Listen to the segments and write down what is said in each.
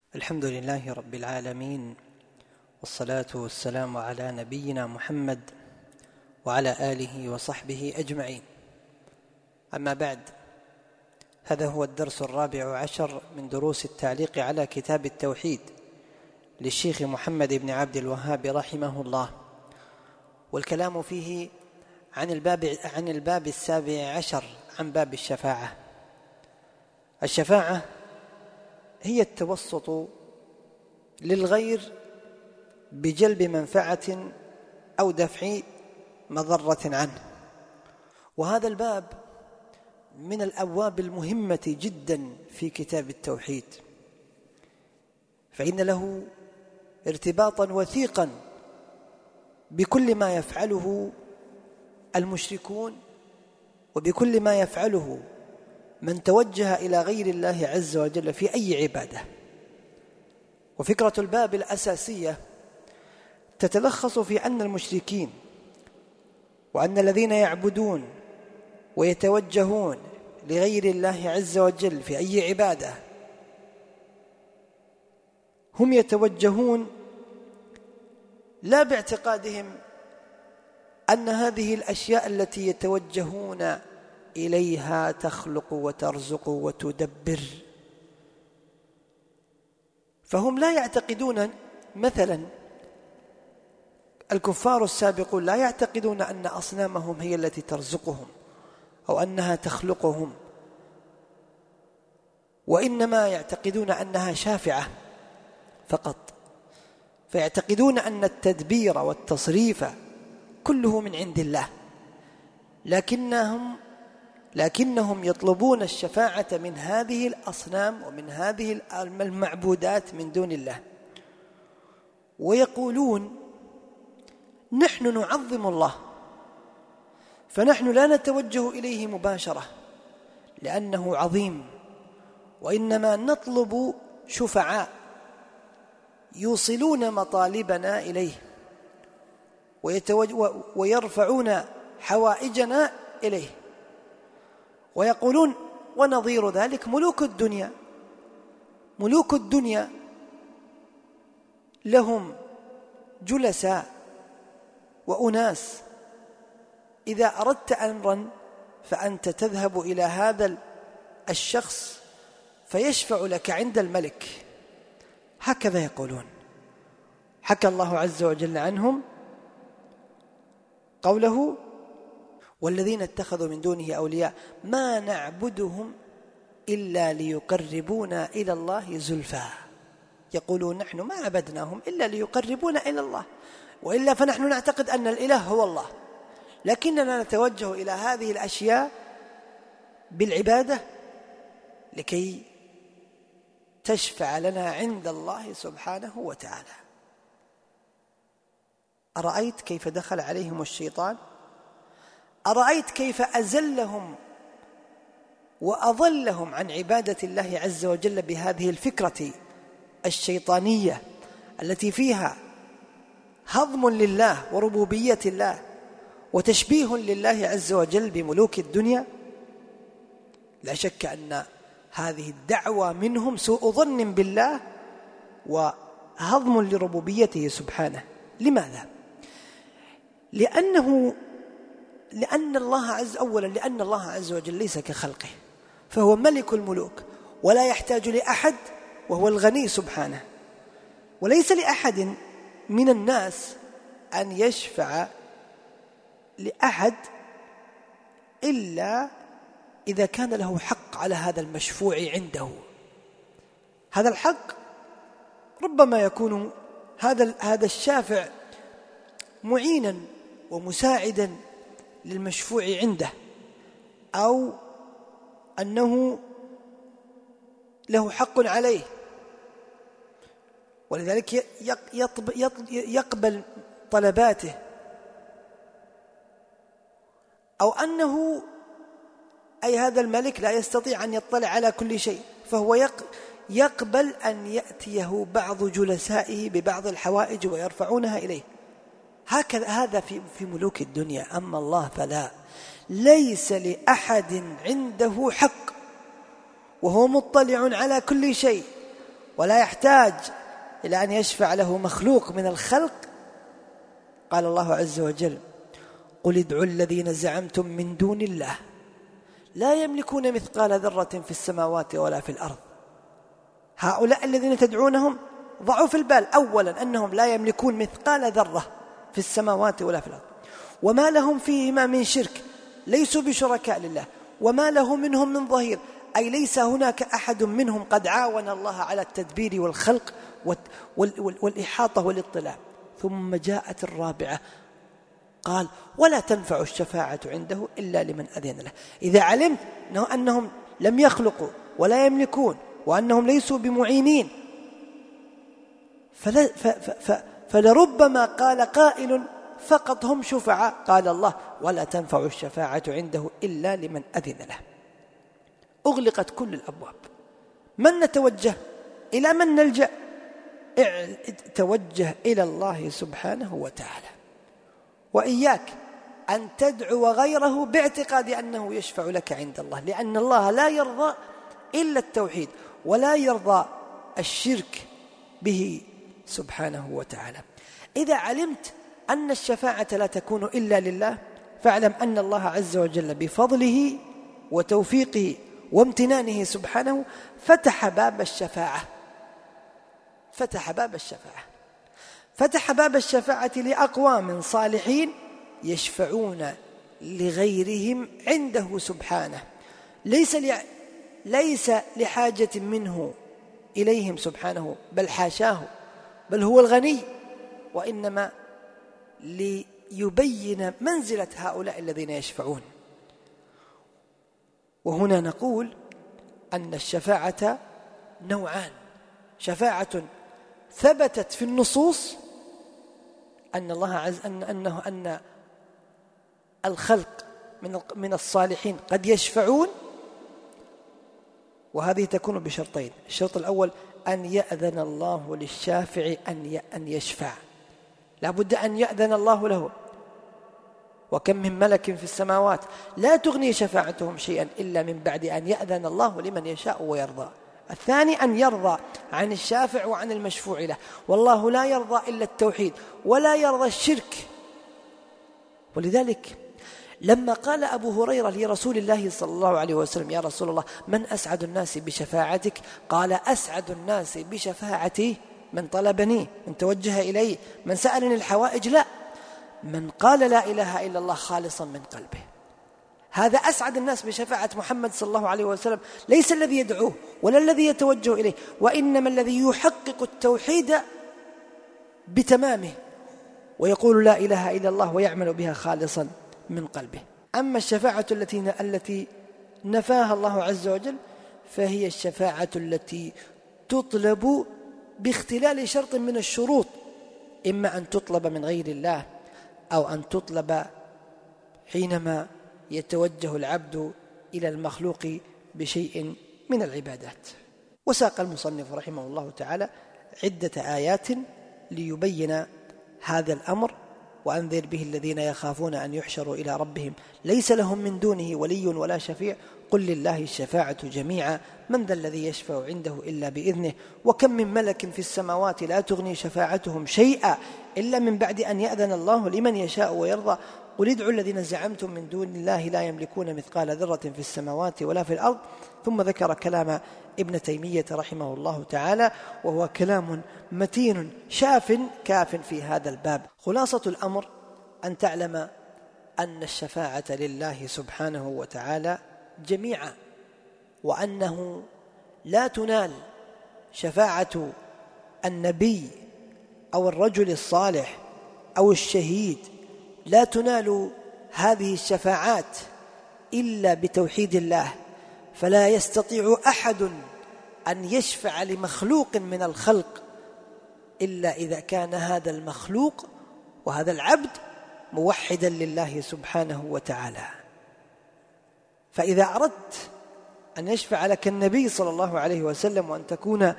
الحمد لله رب العالمين، والصلاة والسلام على نبينا محمد وعلى آله وصحبه أجمعين. أما بعد، هذا هو الدرس 14 من دروس التعليق على كتاب التوحيد للشيخ محمد بن عبد الوهاب رحمه الله، والكلام فيه عن الباب 17 عن باب الشفاعة. الشفاعة هي التوسط للغير بجلب منفعة أو دفع مضرة عنه، وهذا الباب من الأبواب المهمة جدا في كتاب التوحيد، فإن له ارتباطا وثيقا بكل ما يفعله المشركون وبكل ما يفعله من توجه إلى غير الله عز وجل في أي عبادة. وفكرة الباب الأساسية تتلخص في أن المشركين وأن الذين يعبدون ويتوجهون لغير الله عز وجل في أي عبادة هم يتوجهون لا باعتقادهم أن هذه الأشياء التي يتوجهون إليها تخلق وترزق وتدبر، فهم لا يعتقدون، مثلا الكفار السابقون لا يعتقدون أن أصنامهم هي التي ترزقهم أو أنها تخلقهم، وإنما يعتقدون أنها شافعة فقط، فيعتقدون أن التدبير والتصريف كله من عند الله، لكنهم يطلبون الشفاعة من هذه الأصنام ومن هذه المعبودات من دون الله، ويقولون نحن نعظم الله، فنحن لا نتوجه إليه مباشرة لأنه عظيم، وإنما نطلب شفعاء يوصلون مطالبنا إليه ويرفعون حوائجنا إليه. ويقولون ونظير ذلك ملوك الدنيا لهم جلساء وأناس، إذا أردت أمرا فأنت تذهب إلى هذا الشخص فيشفع لك عند الملك، هكذا يقولون. حكى الله عز وجل عنهم قوله والذين اتخذوا من دونه أولياء ما نعبدهم إلا ليقربونا إلى الله زلفى، يقولون نحن ما عبدناهم إلا ليقربونا إلى الله، وإلا فنحن نعتقد أن الإله هو الله، لكننا نتوجه إلى هذه الأشياء بالعبادة لكي تشفع لنا عند الله سبحانه وتعالى. أرأيت كيف دخل عليهم الشيطان؟ أرأيت كيف أزلهم وأضلهم عن عبادة الله عز وجل بهذه الفكرة الشيطانية التي فيها هضم لله وربوبية الله وتشبيه لله عز وجل بملوك الدنيا؟ لا شك أن هذه الدعوة منهم سوء ظن بالله وهضم لربوبيته سبحانه. لماذا؟ لأن الله عز وجل ليس كخلقه، فهو ملك الملوك ولا يحتاج لأحد، وهو الغني سبحانه، وليس لأحد من الناس أن يشفع لأحد إلا إذا كان له حق على هذا المشفوع عنده. هذا الحق ربما يكون هذا الشافع معينا ومساعدا للمشفوع عنده، أو أنه له حق عليه ولذلك يقبل طلباته، أو أنه هذا الملك لا يستطيع أن يطلع على كل شيء، فهو يقبل أن يأتيه بعض جلسائه ببعض الحوائج ويرفعونها إليه. هذا في ملوك الدنيا. أما الله فلا، ليس لأحد عنده حق، وهو مطلع على كل شيء، ولا يحتاج إلى أن يشفع له مخلوق من الخلق، قال الله عز وجل: قل ادعوا الذين زعمتم من دون الله لا يملكون مثقال ذرة في السماوات ولا في الأرض. هؤلاء الذين تدعونهم ضعوا في البال أولا أنهم لا يملكون مثقال ذرة في السماوات ولا في الأرض، وما لهم فيهما من شرك، ليسوا بشركاء لله، وما له منهم من ظهير، أي ليس هناك أحد منهم قد عاون الله على التدبير والخلق والإحاطة والاطلاع. ثم جاءت الرابعة، قال: ولا تنفع الشفاعة عنده إلا لمن أذن له. إذا علمت أنهم لم يخلقوا ولا يملكون وأنهم ليسوا بمعينين، فلربما قال قائل: فقط هم شفعاء. قال الله: ولا تنفع الشفاعة عنده إلا لمن أذن له. أغلقت كل الأبواب. من نتوجه؟ إلى من نلجأ؟ توجه إلى الله سبحانه وتعالى، وإياك أن تدعو غيره باعتقاد أنه يشفع لك عند الله، لأن الله لا يرضى إلا التوحيد، ولا يرضى الشرك به سبحانه وتعالى. إذا علمت أن الشفاعة لا تكون إلا لله، فاعلم أن الله عز وجل بفضله وتوفيقه وامتنانه سبحانه فتح باب الشفاعة، فتح باب الشفاعة لأقوام صالحين يشفعون لغيرهم عنده سبحانه، ليس لحاجة منه إليهم سبحانه، بل حاشاه، بل هو الغني، وإنما ليبين منزلة هؤلاء الذين يشفعون. وهنا نقول أن الشفاعة نوعان: شفاعة ثبتت في النصوص أن الله أن الخلق من الصالحين قد يشفعون، وهذه تكون بشرطين: الشرط الأول أن يأذن الله للشافع أن يشفع، لا بد أن يأذن الله له. وكم من ملك في السماوات لا تغني شفاعتهم شيئا إلا من بعد أن يأذن الله لمن يشاء ويرضى. الثاني أن يرضى عن الشافع وعن المشفوع له، والله لا يرضى إلا التوحيد ولا يرضى الشرك. ولذلك لما قال أبو هريرة لرسول الله صلى الله عليه وسلم: يا رسول الله، من أسعد الناس بشفاعتك؟ قال: أسعد الناس بشفاعتي من طلبني، من توجه إلي، من سألني الحوائج، لا، من قال لا إله إلا الله خالصا من قلبه. هذا أسعد الناس بشفاعة محمد صلى الله عليه وسلم، ليس الذي يدعوه ولا الذي يتوجه إليه، وإنما الذي يحقق التوحيد بتمامه ويقول لا إله إلا الله ويعمل بها خالصا من قلبه. أما الشفاعة التي نفاها الله عز وجل فهي الشفاعة التي تطلب باختلال شرط من الشروط، إما أن تطلب من غير الله أو أن تطلب حينما يتوجه العبد إلى المخلوق بشيء من العبادات. وساق المصنف رحمه الله تعالى عدة آيات ليبين هذا الأمر: وأنذر به الذين يخافون أن يحشروا إلى ربهم ليس لهم من دونه ولي ولا شفيع، قل لله الشفاعة جميعا، من ذا الذي يشفع عنده إلا بإذنه، وكم من ملك في السماوات لا تغني شفاعتهم شيئا إلا من بعد أن يأذن الله لمن يشاء ويرضى، قل ادعوا الذين زعمتم من دون الله لا يملكون مثقال ذرة في السماوات ولا في الأرض. ثم ذكر كلام ابن تيمية رحمه الله تعالى، وهو كلام متين شاف كاف في هذا الباب. خلاصة الأمر أن تعلم أن الشفاعة لله سبحانه وتعالى جميعا، وأنه لا تنال شفاعة النبي أو الرجل الصالح أو الشهيد، لا تنال هذه الشفاعات إلا بتوحيد الله، فلا يستطيع أحد أن يشفع لمخلوق من الخلق إلا إذا كان هذا المخلوق وهذا العبد موحدا لله سبحانه وتعالى. فإذا أردت أن يشفع لك النبي صلى الله عليه وسلم وأن تكون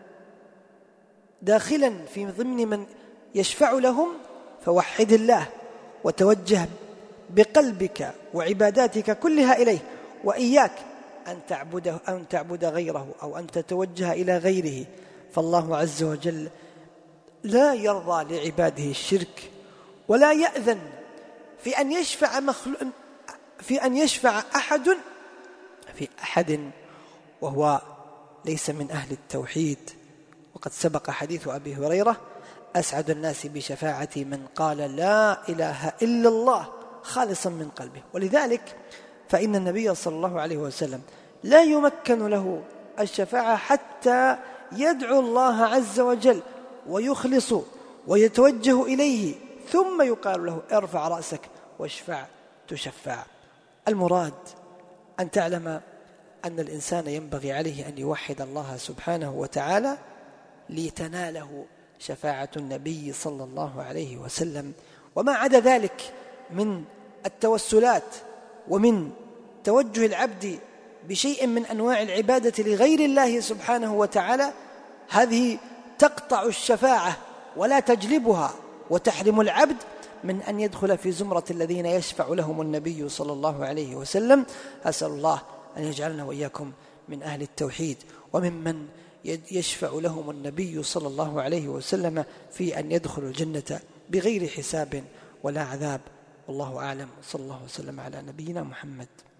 داخلا في ضمن من يشفع لهم، فوحد الله وتوجه بقلبك وعباداتك كلها إليه، وإياك أن تعبد غيره أو أن تتوجه إلى غيره، فالله عز وجل لا يرضى لعباده الشرك، ولا يأذن في أن يشفع أحد في أحد وهو ليس من أهل التوحيد. وقد سبق حديث أبي هريرة: أسعد الناس بشفاعتي من قال لا إله إلا الله خالصا من قلبه. ولذلك فإن النبي صلى الله عليه وسلم لا يمكن له الشفاعة حتى يدعو الله عز وجل ويخلص ويتوجه إليه، ثم يقال له: ارفع رأسك واشفع تشفع. المراد أن تعلم أن الإنسان ينبغي عليه أن يوحد الله سبحانه وتعالى لتناله شفاعة النبي صلى الله عليه وسلم. وما عدا ذلك من التوسلات ومن توجه العبد بشيء من أنواع العبادة لغير الله سبحانه وتعالى، هذه تقطع الشفاعة ولا تجلبها، وتحرم العبد من أن يدخل في زمرة الذين يشفع لهم النبي صلى الله عليه وسلم. أسأل الله أن يجعلنا وإياكم من أهل التوحيد وممن يشفع لهم النبي صلى الله عليه وسلم في أن يدخلوا الجنة بغير حساب ولا عذاب. والله أعلم، صلى الله وسلم على نبينا محمد.